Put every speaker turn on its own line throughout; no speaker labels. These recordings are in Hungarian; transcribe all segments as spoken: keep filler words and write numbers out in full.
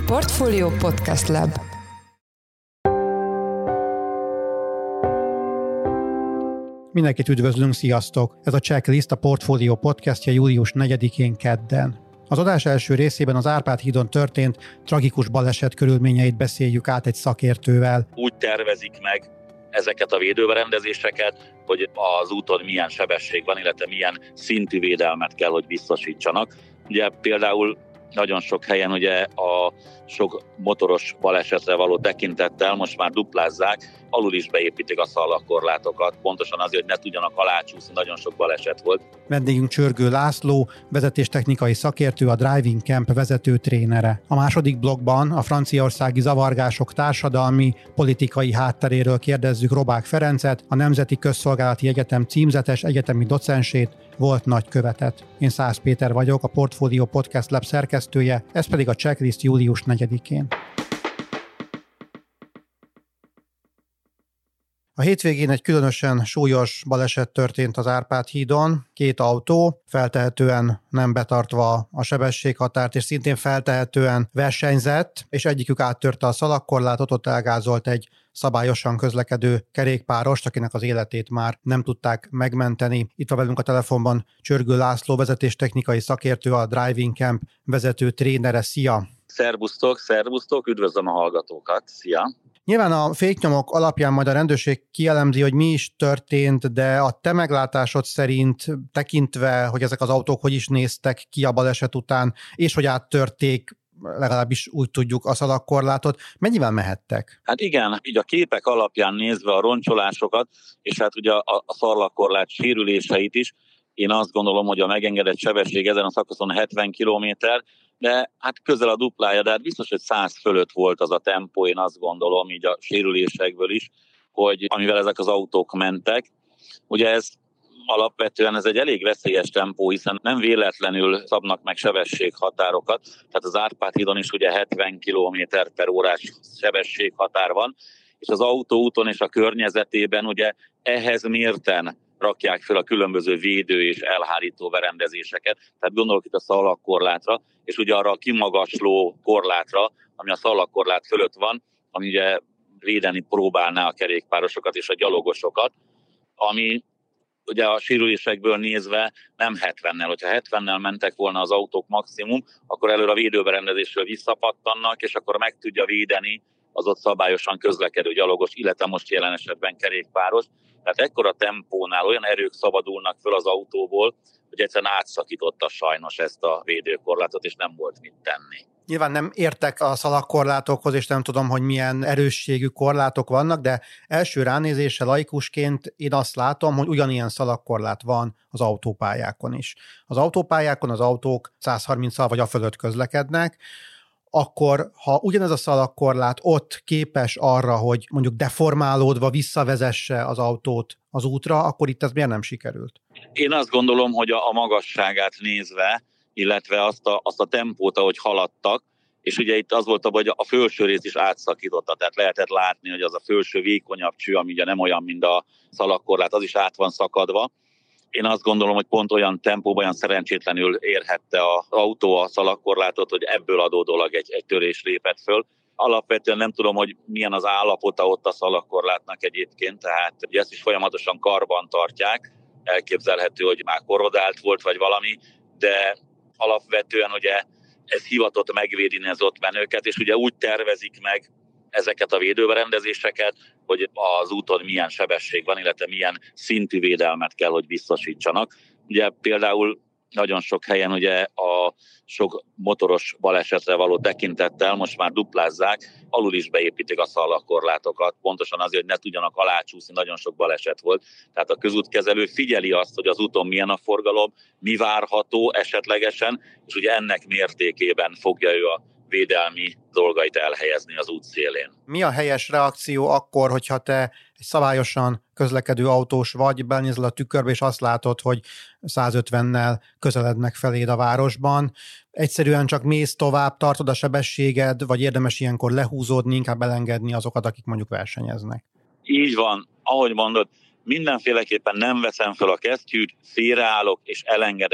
Portfolio Podcast Lab.
Mindenkit üdvözlünk, sziasztok! Ez a Checklist, a Portfolio podcastja július negyedikén kedden. Az adás első részében az Árpád hídon történt tragikus baleset körülményeit beszéljük át egy szakértővel.
Úgy tervezik meg ezeket a védőberendezéseket, hogy az úton milyen sebesség van, illetve milyen szintű védelmet kell, hogy biztosítsanak. Ugye például nagyon sok helyen ugye a sok motoros balesetre való tekintettel most már duplázzák, alul is beépítik a szalagkorlátokat, pontosan azért, hogy ne tudjanak alácsúszni, nagyon sok baleset volt.
Vendégünk Csörgő László, vezetéstechnikai szakértő, a Driving Camp vezető trénere. A második blokkban a franciaországi zavargások társadalmi, politikai hátteréről kérdezzük Robák Ferencet, a Nemzeti Közszolgálati Egyetem címzetes egyetemi docensét, volt nagykövetet. Én Szász Péter vagyok, a Portfolio Podcast Lab szerkesztője, ez pedig a Checklist július negyedikén. A hétvégén egy különösen súlyos baleset történt az Árpád hídon. Két autó, feltehetően nem betartva a sebességhatárt, és szintén feltehetően versenyzett, és egyikük áttörte a szalagkorlátot, ott elgázolt egy szabályosan közlekedő kerékpárost, akinek az életét már nem tudták megmenteni. Itt van velünk a telefonban Csörgő László, vezetéstechnikai szakértő, a Driving Camp vezető trénere. Szia!
Szervusztok, szervusztok, üdvözlöm a hallgatókat, szia!
Nyilván a féknyomok alapján majd a rendőrség kielemzi, hogy mi is történt, de a te meglátásod szerint tekintve, hogy ezek az autók hogy is néztek ki a baleset után, és hogy áttörték, legalábbis úgy tudjuk, a szalagkorlátot, mennyivel mehettek?
Hát igen, így a képek alapján nézve a roncsolásokat, és hát ugye a, a szalagkorlát sérüléseit is, én azt gondolom, hogy a megengedett sebesség ezen a szakaszon hetven kilométer, de hát közel a duplája, de hát biztos, hogy száz fölött volt az a tempó, én azt gondolom, így a sérülésekből is, hogy amivel ezek az autók mentek. Ugye ez alapvetően ez egy elég veszélyes tempó, hiszen nem véletlenül szabnak meg sebességhatárokat, tehát az Árpád hídon is ugye hetven kilométer per órás sebességhatár van, és az autóúton és a környezetében ugye ehhez mérten rakják fel a különböző védő és elhárító berendezéseket, tehát gondolok itt a szalagkorlátra, és ugye arra a kimagasló korlátra, ami a szalagkorlát fölött van, ami ugye védeni próbálná a kerékpárosokat és a gyalogosokat, ami ugye a sérülésekből nézve nem hetvennel. Hogyha hetvennel mentek volna az autók maximum, akkor előre a védőberendezésről visszapattannak, és akkor meg tudja védeni az ott szabályosan közlekedő gyalogos, illetve most jelen esetben kerékpáros. Tehát ekkora tempónál olyan erők szabadulnak föl az autóból, hogy egyszerűen átszakította sajnos ezt a védőkorlátot, és nem volt mit tenni.
Nyilván nem értek a szalagkorlátokhoz, és nem tudom, hogy milyen erősségű korlátok vannak, de első ránézésre laikusként én azt látom, hogy ugyanilyen szalagkorlát van az autópályákon is. Az autópályákon az autók száz harminccal vagy a fölött közlekednek, akkor ha ugyanez a szalagkorlát ott képes arra, hogy mondjuk deformálódva visszavezesse az autót az útra, akkor itt ez miért nem sikerült?
Én azt gondolom, hogy a, a magasságát nézve, illetve azt a, azt a tempót, ahogy haladtak, és ugye itt az volt, hogy a felső rész is átszakította, tehát lehetett látni, hogy az a felső vékonyabb cső, ami ugye nem olyan, mint a szalagkorlát, az is át van szakadva. Én azt gondolom, hogy pont olyan tempóban, olyan szerencsétlenül érhette az autó a szalagkorlátot, hogy ebből adódólag egy, egy törés lépett föl. Alapvetően nem tudom, hogy milyen az állapota ott a szalagkorlátnak egyébként, tehát ugye ezt is folyamatosan karban tartják, elképzelhető, hogy már korodált volt, vagy valami, de alapvetően ugye ez hivatott megvédeni az ott menőket, és ugye úgy tervezik meg ezeket a védőberendezéseket, hogy az úton milyen sebesség van, illetve milyen szintű védelmet kell, hogy biztosítsanak. Ugye például nagyon sok helyen ugye a sok motoros balesetre való tekintettel most már duplázzák, alul is beépítik a szalagkorlátokat, pontosan azért, hogy ne tudjanak alácsúszni, nagyon sok baleset volt. Tehát a közútkezelő figyeli azt, hogy az úton milyen a forgalom, mi várható esetlegesen, és ugye ennek mértékében fogja ő a védelmi dolgait elhelyezni az út szélén.
Mi a helyes reakció akkor, hogyha te egy szabályosan közlekedő autós vagy, belenézel a tükörbe, és azt látod, hogy száz ötvennel közelednek feléd a városban. Egyszerűen csak mész tovább, tartod a sebességed, vagy érdemes ilyenkor lehúzódni, inkább elengedni azokat, akik mondjuk versenyeznek?
Így van, ahogy mondod, mindenféleképpen nem veszem fel a kesztyűt, félreállok és elengedem.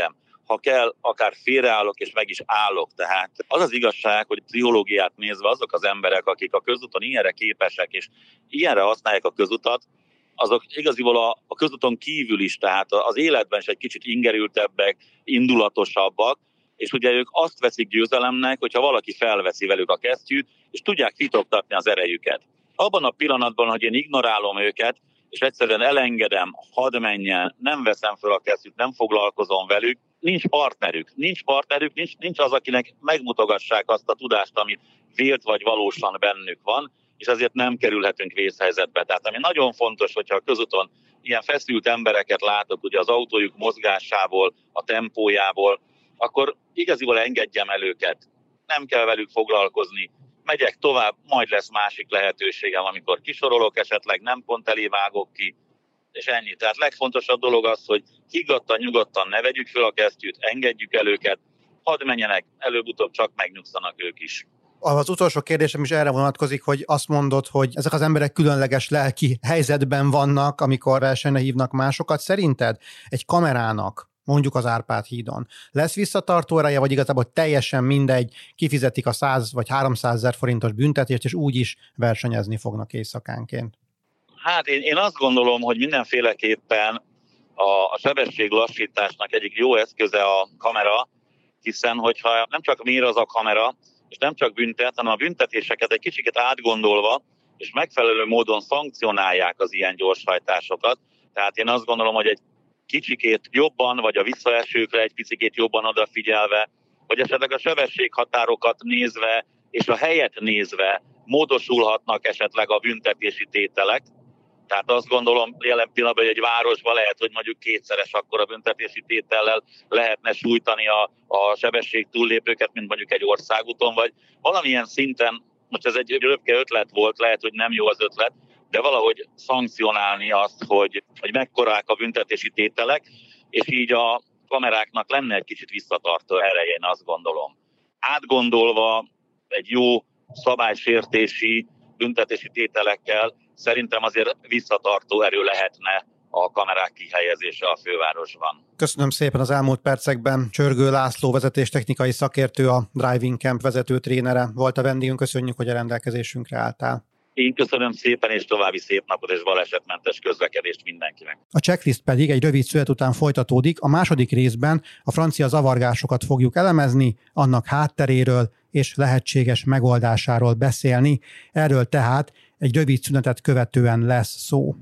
ha kell, akár félreállok és meg is állok. Tehát az az igazság, hogy pszichológiát nézve azok az emberek, akik a közúton ilyenre képesek és ilyenre használják a közutat, azok igaziból a, a közúton kívül is, tehát az életben is egy kicsit ingerültebbek, indulatosabbak, és ugye ők azt veszik győzelemnek, hogyha valaki felveszi velük a kesztyűt, és tudják titoktatni az erejüket. Abban a pillanatban, hogy én ignorálom őket, és egyszerűen elengedem, hadd menjen, nem veszem fel a kesztyűt, nem foglalkozom velük, nincs partnerük, nincs partnerük, nincs, nincs az, akinek megmutogassák azt a tudást, amit vélt vagy valósan bennük van, és ezért nem kerülhetünk vészhelyzetbe. Tehát ami nagyon fontos, hogyha a közúton ilyen feszült embereket látok, ugye az autójuk mozgásából, a tempójából, akkor igaziból engedjem el őket. Nem kell velük foglalkozni. Megyek tovább, majd lesz másik lehetőségem, amikor kisorolok, esetleg nem pont elé vágok ki, és ennyi. Tehát legfontosabb dolog az, hogy higgadtan, nyugodtan ne vegyük fel a kesztyűt, engedjük el őket, hadd menjenek, előbb-utóbb csak megnyugszanak ők is.
Az utolsó kérdésem is erre vonatkozik, hogy azt mondod, hogy ezek az emberek különleges lelki helyzetben vannak, amikor versenyre hívnak másokat. Szerinted egy kamerának, mondjuk az Árpád-hídon, lesz visszatartó ereje, vagy igazából teljesen mindegy, kifizetik a száz vagy háromszázezer forintos büntetést, és úgy is versenyezni fognak éjszakánként?
Hát én, én azt gondolom, hogy mindenféleképpen a, a sebességlassításnak egyik jó eszköze a kamera, hiszen hogyha nem csak mér az a kamera, és nem csak büntet, hanem a büntetéseket egy kicsit átgondolva, és megfelelő módon szankcionálják az ilyen gyorshajtásokat. Tehát én azt gondolom, hogy egy kicsikét jobban, vagy a visszaesőkre egy picikét jobban odafigyelve, vagy esetleg a sebességhatárokat nézve, és a helyet nézve módosulhatnak esetleg a büntetési tételek. Tehát azt gondolom, jelen pillanatban, hogy egy városban lehet, hogy mondjuk kétszeres akkora büntetési tétellel lehetne sújtani a, a sebesség túllépőket, mint mondjuk egy országúton, vagy valamilyen szinten, most ez egy röpke ötlet volt, lehet, hogy nem jó az ötlet, de valahogy szankcionálni azt, hogy, hogy mekkorák a büntetési tételek, és így a kameráknak lenne egy kicsit visszatartó ereje, én azt gondolom. Átgondolva egy jó szabálysértési büntetési tételekkel szerintem azért visszatartó erő lehetne a kamerák kihelyezése a fővárosban.
Köszönöm szépen az elmúlt percekben. Csörgő László vezetéstechnikai szakértő, a Driving Camp vezető trénere volt a vendégünk. Köszönjük, hogy a rendelkezésünkre álltál.
Én köszönöm szépen, és további szép napot és balesetmentes közlekedést mindenkinek.
A checklist pedig egy rövid szünet után folytatódik. A második részben a francia zavargásokat fogjuk elemezni, annak hátteréről és lehetséges megoldásáról beszélni. Erről tehát egy rövid szünetet követően lesz szó.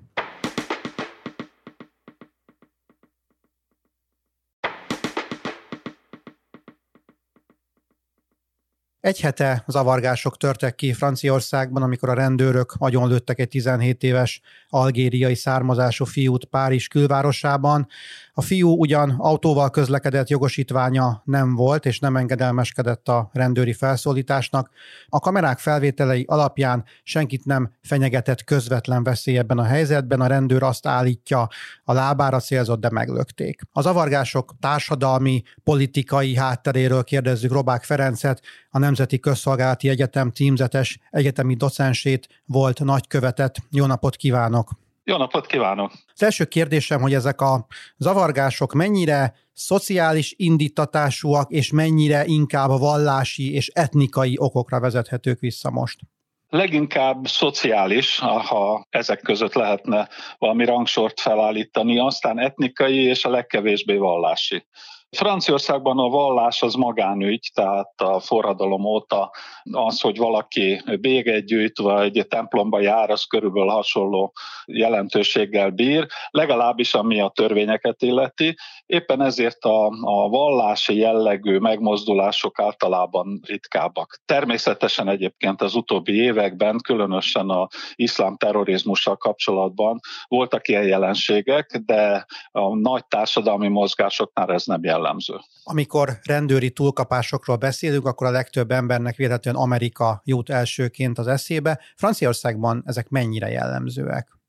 Egy hete zavargások törtek ki Franciaországban, amikor a rendőrök agyonlőttek egy tizenhét éves algériai származású fiút Párizs külvárosában. A fiú ugyan autóval közlekedett, jogosítványa nem volt, és nem engedelmeskedett a rendőri felszólításnak. A kamerák felvételei alapján senkit nem fenyegetett közvetlen veszély ebben a helyzetben. A rendőr azt állítja, a lábára célzott, de meglökték. A zavargások társadalmi, politikai hátteréről kérdezzük Robák Ferencet, a Nemzeti Közszolgálati Egyetem címzetes egyetemi docensét, volt nagykövetet. Jó napot kívánok!
Jó napot kívánok!
Az első kérdésem, hogy ezek a zavargások mennyire szociális indítatásúak, és mennyire inkább vallási és etnikai okokra vezethetők vissza most?
Leginkább szociális, ha ezek között lehetne valami rangsort felállítani, aztán etnikai és a legkevésbé vallási. Franciaországban a vallás az magánügy, tehát a forradalom óta az, hogy valaki béget gyűjt, vagy templomba jár, az körülbelül hasonló jelentőséggel bír, legalábbis ami a törvényeket illeti. Éppen ezért a, a vallási jellegű megmozdulások általában ritkábbak. Természetesen egyébként az utóbbi években, különösen az iszlám terrorizmussal kapcsolatban voltak ilyen jelenségek, de a nagy társadalmi mozgásoknál ez nem jellemző.
Amikor rendőri túlkapásokról beszélünk, akkor a legtöbb embernek véletlenül Amerika jut elsőként az eszébe. Franciaországban ezek mennyire jellemzőek?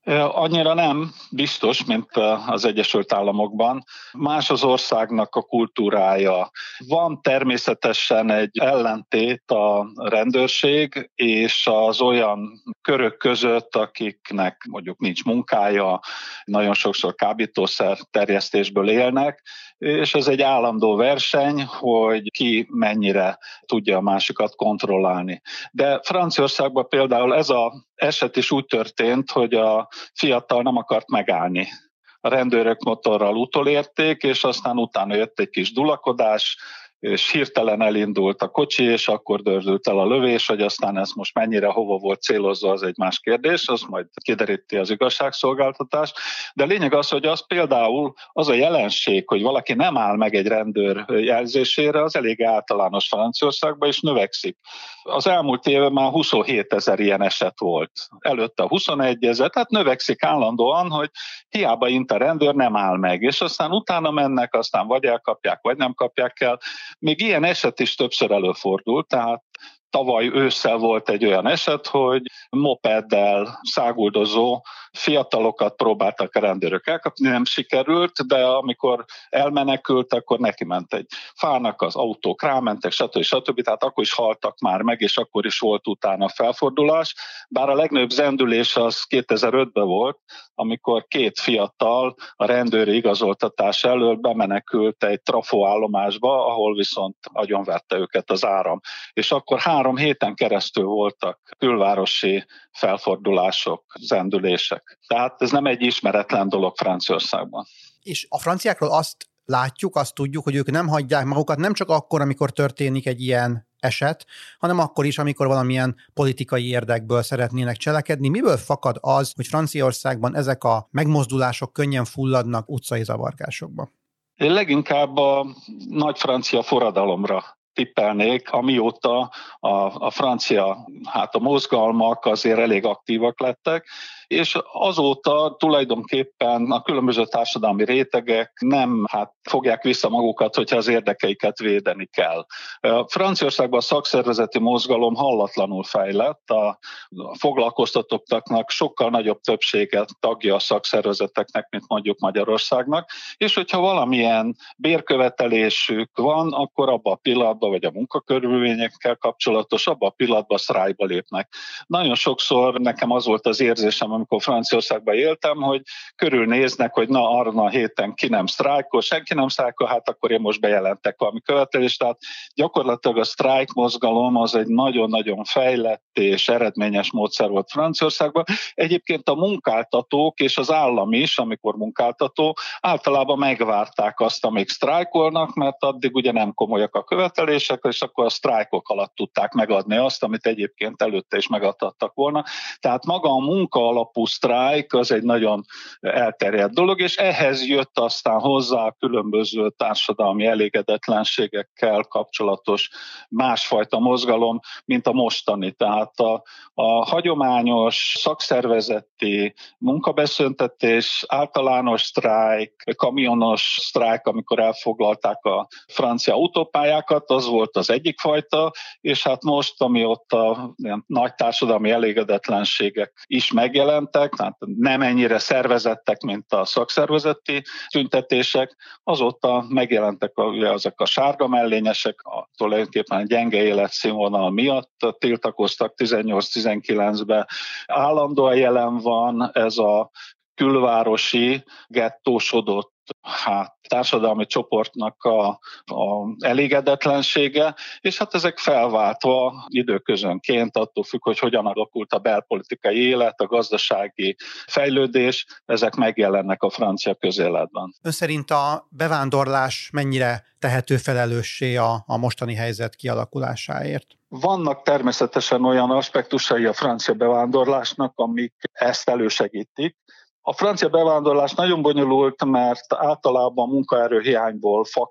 Annyira nem biztos, mint az Egyesült Államokban. Más az országnak a kultúrája. Van természetesen egy ellentét a rendőrség és az olyan körök között, akiknek mondjuk nincs munkája, nagyon sokszor kábítószer terjesztésből élnek, és ez egy állandó verseny, hogy ki mennyire tudja a másikat kontrollálni. De Franciaországban például ez az eset is úgy történt, hogy a fiatal nem akart megállni. A rendőrök motorral utolérték, és aztán utána jött egy kis dulakodás, és hirtelen elindult a kocsi, és akkor dördült el a lövés, hogy aztán ez most mennyire hova volt célozva, az egy más kérdés, az majd kideríti az igazságszolgáltatás. De lényeg az, hogy az például az a jelenség, hogy valaki nem áll meg egy rendőr jelzésére, az elég általános Franciaországban, és növekszik. Az elmúlt évben már huszonhét ezer ilyen eset volt. Előtte huszonegy ezer, tehát növekszik állandóan, hogy hiába int a rendőr, nem áll meg. És aztán utána mennek, aztán vagy elkapják, vagy nem kapják el. Még ilyen eset is többször előfordult, tehát tavaly ősszel volt egy olyan eset, hogy mopeddel száguldozó fiatalokat próbáltak a rendőrök elkapni, nem sikerült, de amikor elmenekült, akkor neki ment egy fának, az autók rámentek, stb. stb. Tehát akkor is haltak már meg, és akkor is volt utána felfordulás. Bár a legnagyobb zendülés az kétezer-ötben volt, amikor két fiatal a rendőri igazoltatás elől bemenekült egy trafóállomásba, ahol viszont agyonverte őket az áram. És akkor három héten keresztül voltak külvárosi felfordulások, zendülések. Tehát ez nem egy ismeretlen dolog Franciaországban.
És a franciákról azt látjuk, azt tudjuk, hogy ők nem hagyják magukat nem csak akkor, amikor történik egy ilyen eset, hanem akkor is, amikor valamilyen politikai érdekből szeretnének cselekedni. Miből fakad az, hogy Franciaországban ezek a megmozdulások könnyen fulladnak utcai zavargásokba?
Én leginkább a nagy francia forradalomra tippelnék, amióta a, a francia hát a mozgalmak azért elég aktívak lettek, és azóta tulajdonképpen a különböző társadalmi rétegek nem hát fogják vissza magukat, hogyha az érdekeiket védeni kell. Franciaországban a szakszervezeti mozgalom hallatlanul fejlett, a foglalkoztatottaknak sokkal nagyobb többséget tagja a szakszervezeteknek, mint mondjuk Magyarországnak, és hogyha valamilyen bérkövetelésük van, akkor abban a pillanatban, vagy a munkakörülményekkel kapcsolatos, abban a pillanatban sztrájkba lépnek. Nagyon sokszor nekem az volt az érzésem, amikor Franciaországban éltem, hogy körülnéznek, hogy na arra a héten ki nem sztrájkol, senki nem sztrájkol, hát akkor én most bejelentek valami követelést. Tehát gyakorlatilag a sztrájk mozgalom az egy nagyon-nagyon fejlett és eredményes módszer volt Franciaországban. Egyébként a munkáltatók és az állam is, amikor munkáltató, általában megvárták azt, amíg sztrájkolnak, mert addig ugye nem komolyak a követelések, és akkor a sztrájkok alatt tudták megadni azt, amit egyébként előtte is megadtattak volna. Tehát maga a munka alapú sztrájk az egy nagyon elterjedt dolog, és ehhez jött aztán hozzá a különböző társadalmi elégedetlenségekkel kapcsolatos másfajta mozgalom, mint a mostani. Tehát a, a hagyományos szakszervezeti munkabeszüntetés, általános sztrájk, kamionos sztrájk, amikor elfoglalták a francia autópályákat, az volt az egyik fajta, és hát most, amióta ilyen nagy társadalmi elégedetlenségek is megjelentek, tehát nem ennyire szervezettek, mint a szakszervezeti tüntetések, azóta megjelentek a, azok a sárga mellényesek, a tulajdonképpen a gyenge életszínvonal miatt tiltakoztak tizennyolc-tizenkilencben. Állandóan jelen van ez a külvárosi, gettósodott hát, társadalmi csoportnak a, a elégedetlensége, és hát ezek felváltva időközönként, attól függ, hogy hogyan alakult a belpolitikai élet, a gazdasági fejlődés, ezek megjelennek a francia közéletben.
Ön szerint a bevándorlás mennyire tehető felelőssé a, a mostani helyzet kialakulásáért?
Vannak természetesen olyan aspektusai a francia bevándorlásnak, amik ezt elősegítik. A francia bevándorlás nagyon bonyolult, mert általában munkaerőhiányból fakad,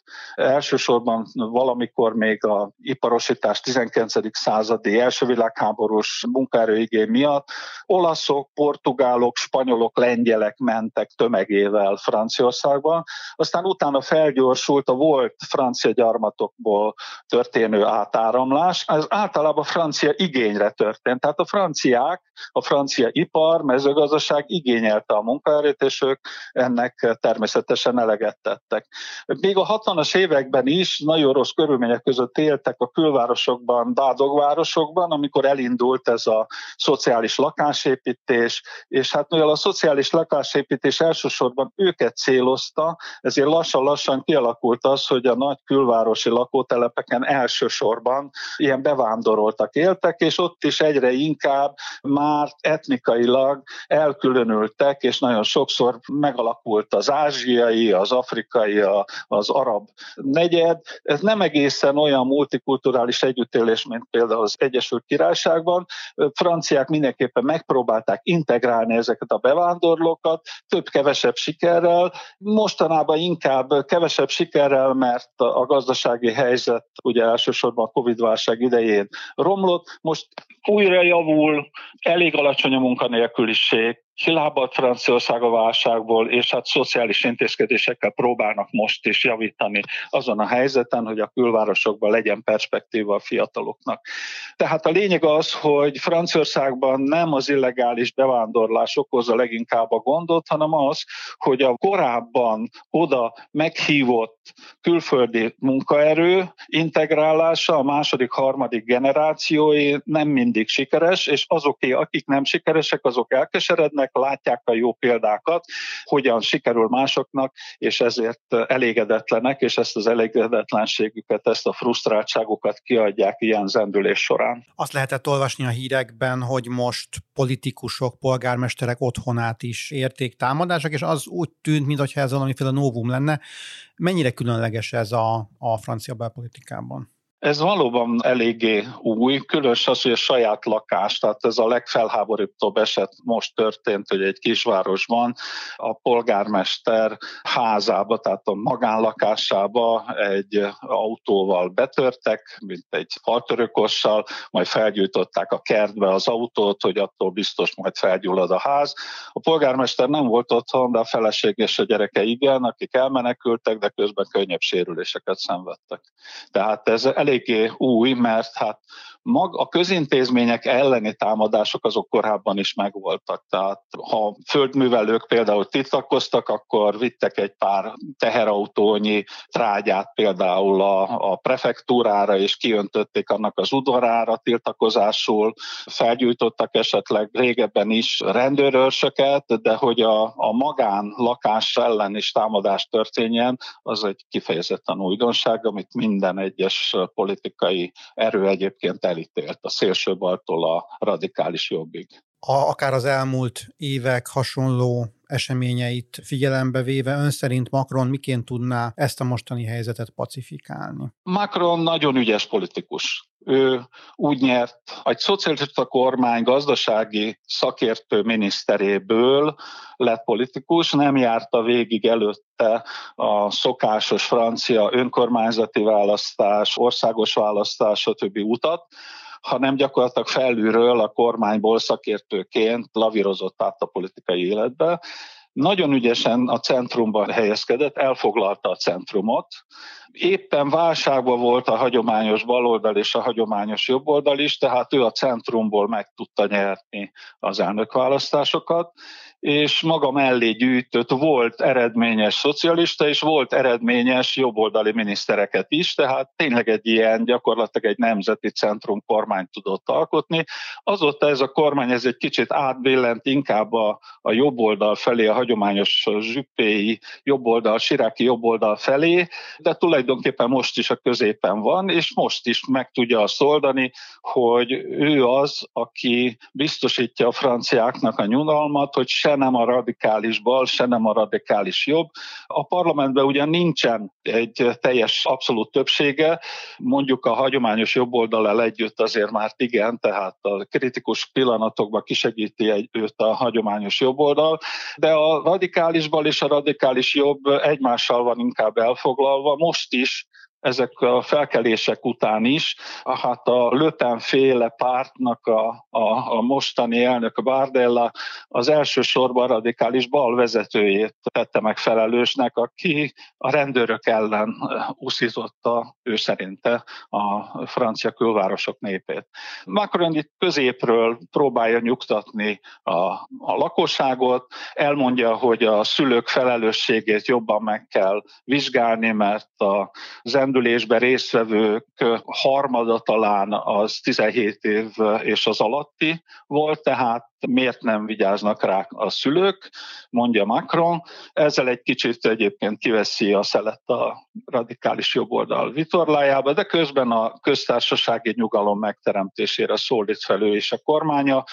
Elsősorban valamikor még a iparosítás tizenkilencedik századi első világháborús munkaerőigény miatt olaszok, portugálok, spanyolok, lengyelek mentek tömegével Franciaországba. Aztán utána felgyorsult a volt francia gyarmatokból történő átáramlás. Ez általában francia igényre történt. Tehát a franciák, a francia ipar, mezőgazdaság igényelte a munkaerőt, és ők ennek természetesen eleget tettek. Még a hatvanas években is nagyon rossz körülmények között éltek a külvárosokban, dádogvárosokban, amikor elindult ez a szociális lakásépítés, és hát mivel a szociális lakásépítés elsősorban őket célozta, ezért lassan-lassan kialakult az, hogy a nagy külvárosi lakótelepeken elsősorban ilyen bevándoroltak éltek, és ott is egyre inkább már etnikailag elkülönültek, és nagyon sokszor megalakult az ázsiai, az afrikai, az arab negyed. Ez nem egészen olyan multikulturális együttélés, mint például az Egyesült Királyságban. Franciák mindenképpen megpróbálták integrálni ezeket a bevándorlókat, több-kevesebb sikerrel, mostanában inkább kevesebb sikerrel, mert a gazdasági helyzet ugye elsősorban a Covid-válság idején romlott, most újra javul, elég alacsony a munkanélküliség, kilábadt Franciaország a válságból, és hát szociális intézkedésekkel próbálnak most is javítani azon a helyzeten, hogy a külvárosokban legyen perspektíva a fiataloknak. Tehát a lényeg az, hogy Franciaországban nem az illegális bevándorlás okozza leginkább a gondot, hanem az, hogy a korábban oda meghívott külföldi munkaerő integrálása a második, harmadik generációi nem mindig sikeres, és azoké, akik nem sikeresek, azok elkeserednek, látják a jó példákat, hogyan sikerül másoknak, és ezért elégedetlenek, és ezt az elégedetlenségüket, ezt a frusztráltságukat kiadják ilyen zendülés során.
Azt lehetett olvasni a hírekben, hogy most politikusok, polgármesterek otthonát is érték támadások, és az úgy tűnt, mintha ez valamiféle novum lenne. Mennyire különleges ez a, a francia belpolitikában?
Ez valóban eléggé új, különös az, hogy a saját lakás, tehát ez a legfelháborítóbb eset most történt, hogy egy kisvárosban a polgármester házába, tehát a magánlakásába egy autóval betörtek, mint egy faltörőkossal, majd felgyújtották a kertbe az autót, hogy attól biztos majd felgyullad a ház. A polgármester nem volt otthon, de a feleség és a gyereke igen, akik elmenekültek, de közben könnyebb sérüléseket szenvedtek. Tehát ez elég eléggé új, mert hát mag a közintézmények elleni támadások azok korábban is megvoltak. Tehát ha földművelők például tiltakoztak, akkor vittek egy pár teherautónyi trágyát például a, a prefektúrára, és kiöntötték annak az udvarára tiltakozásul, felgyújtottak esetleg régebben is rendőrőrsöket, de hogy a, a magán lakás ellen is támadás történjen, az egy kifejezetten újdonság, amit minden egyes politikai erő egyébként elítélt, a szélsőbaltól a radikális jobbig.
A, akár az elmúlt évek hasonló eseményeit figyelembe véve, ön szerint Macron miként tudná ezt a mostani helyzetet pacifikálni?
Macron nagyon ügyes politikus. Ő úgy nyert, egy szocialista kormány gazdasági szakértő miniszteréből lett politikus, nem járta végig előtte a szokásos francia önkormányzati választás, országos választás, stb. Utat, hanem gyakorlatilag felülről a kormányból szakértőként lavírozott át a politikai életbe. Nagyon ügyesen a centrumban helyezkedett, elfoglalta a centrumot. Éppen válságban volt a hagyományos baloldal és a hagyományos jobboldal is, tehát ő a centrumból meg tudta nyerni az elnökválasztásokat, és maga mellé gyűjtött, volt eredményes szocialista, és volt eredményes jobboldali minisztereket is, tehát tényleg egy ilyen, gyakorlatilag egy nemzeti centrum kormányt tudott alkotni. Azóta ez a kormány ez egy kicsit átbillent inkább a, a jobboldal felé, a hagyományos zsüppéi jobboldal, siráki jobboldal felé, de tulajdonképpen most is a középen van, és most is meg tudja azt oldani, hogy ő az, aki biztosítja a franciáknak a nyugalmat, hogy se se nem a radikális bal, se nem a radikális jobb. A parlamentben ugyan nincsen egy teljes abszolút többsége, mondjuk a hagyományos jobboldallal együtt azért már igen, tehát a kritikus pillanatokban kisegíti egy, őt a hagyományos jobboldal, de a radikális bal és a radikális jobb egymással van inkább elfoglalva, most is, ezek a felkelések után is, hát a Le Pen-féle pártnak a, a, a mostani elnök Bardella az elsősorban radikális bal vezetőjét tette meg felelősnek, aki a rendőrök ellen uszította ő szerinte a francia külvárosok népét. Macron itt középről próbálja nyugtatni a, a lakosságot, elmondja, hogy a szülők felelősségét jobban meg kell vizsgálni, mert a zendülésben résztvevők harmada talán az tizenhét év és az alatti volt, tehát miért nem vigyáznak rá a szülők, mondja Macron. Ezzel egy kicsit egyébként kiveszi a szelet a radikális jobboldal vitorlájába, de közben a köztársasági nyugalom megteremtésére szólít fel ő és a kormánya.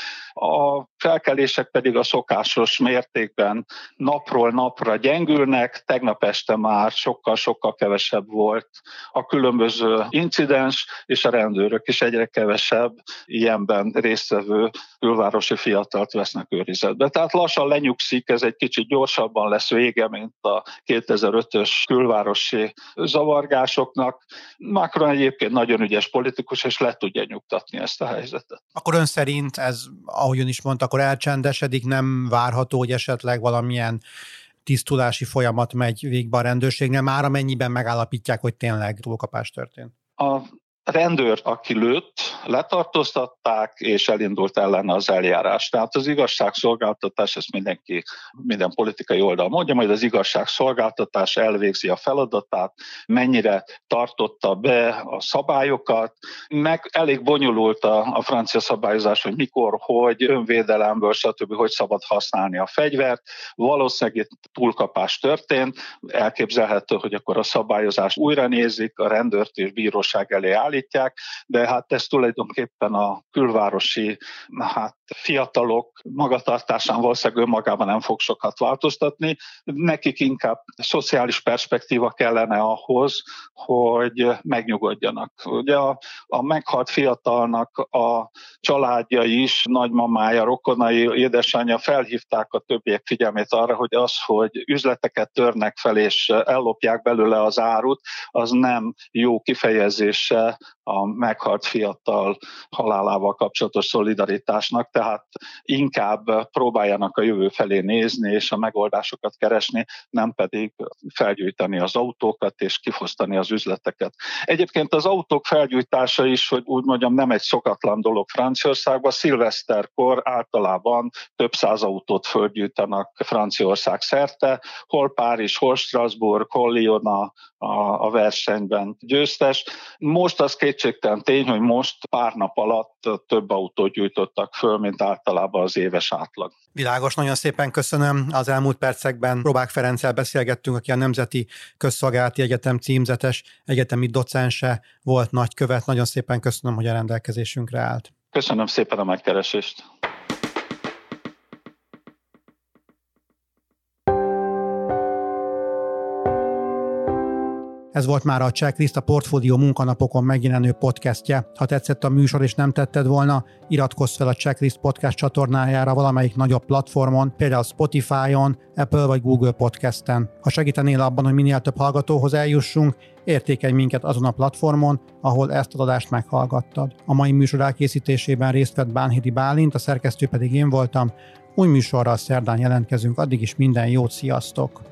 A felkelések pedig a szokásos mértékben napról napra gyengülnek, tegnap este már sokkal-sokkal kevesebb volt a különböző incidens, és a rendőrök is egyre kevesebb ilyenben résztvevő külvárosi fiatalt vesznek őrizetbe. Tehát lassan lenyugszik, ez egy kicsit gyorsabban lesz vége, mint a kétezer-ötös külvárosi zavargásoknak. Macron egyébként nagyon ügyes politikus, és le tudja nyugtatni ezt a helyzetet.
Akkor ön szerint ez, ahogy ön is mondta, akkor elcsendesedik, nem várható, hogy esetleg valamilyen tisztulási folyamat megy végbe a rendőrségnél, már amennyiben megállapítják, hogy tényleg túlkapás történt?
A rendőr, aki lőtt, letartóztatták, és elindult ellene az eljárás. Tehát az igazságszolgáltatás, ezt mindenki, minden politikai oldal mondja, majd az igazságszolgáltatás elvégzi a feladatát, mennyire tartotta be a szabályokat, meg elég bonyolult a, a francia szabályozás, hogy mikor, hogy önvédelemből, stb. Hogy szabad használni a fegyvert. Valószínűleg itt túlkapás történt, elképzelhető, hogy akkor a szabályozást újra nézik, a rendőrt és bíróság elé állítják, de hát ez tulajdonképpen a külvárosi hát, fiatalok magatartásán valószínűleg önmagában nem fog sokat változtatni. Nekik inkább szociális perspektíva kellene ahhoz, hogy megnyugodjanak. Ugye a, a meghalt fiatalnak a családja is, nagymamája, rokonai, édesanyja felhívták a többiek figyelmét arra, hogy az, hogy üzleteket törnek fel és ellopják belőle az árut, az nem jó kifejezése a meghalt fiatal halálával kapcsolatos szolidaritásnak, tehát inkább próbáljanak a jövő felé nézni és a megoldásokat keresni, nem pedig felgyújtani az autókat és kifosztani az üzleteket. Egyébként az autók felgyújtása is, hogy úgy mondjam, nem egy szokatlan dolog Franciaországban. Szilveszterkor általában több száz autót fölgyújtanak Franciaország szerte, hol Párizs, hol Strasbourg, hol Lyon a, a, a versenyben győztes. Most az kétségtelen tény, hogy most pár nap alatt több autót gyújtottak föl, mint általában az éves átlag.
Világos, nagyon szépen köszönöm. Az elmúlt percekben Robák Ferenccel beszélgettünk, aki a Nemzeti Közszolgálati Egyetem címzetes egyetemi docense volt, nagykövet. Nagyon szépen köszönöm, hogy a rendelkezésünkre állt.
Köszönöm szépen a megkeresést.
Ez volt már a Checklist, a Portfólió munkanapokon megjelenő podcastje. Ha tetszett a műsor és nem tetted volna, iratkozz fel a Checklist podcast csatornájára valamelyik nagyobb platformon, például Spotify-on, Apple vagy Google Podcasten. Ha segítenél abban, hogy minél több hallgatóhoz eljussunk, értékelj minket azon a platformon, ahol ezt az adást meghallgattad. A mai műsor elkészítésében részt vett Bánhidi Bálint, a szerkesztő pedig én voltam. Új műsorral szerdán jelentkezünk, addig is minden jót, sziasztok!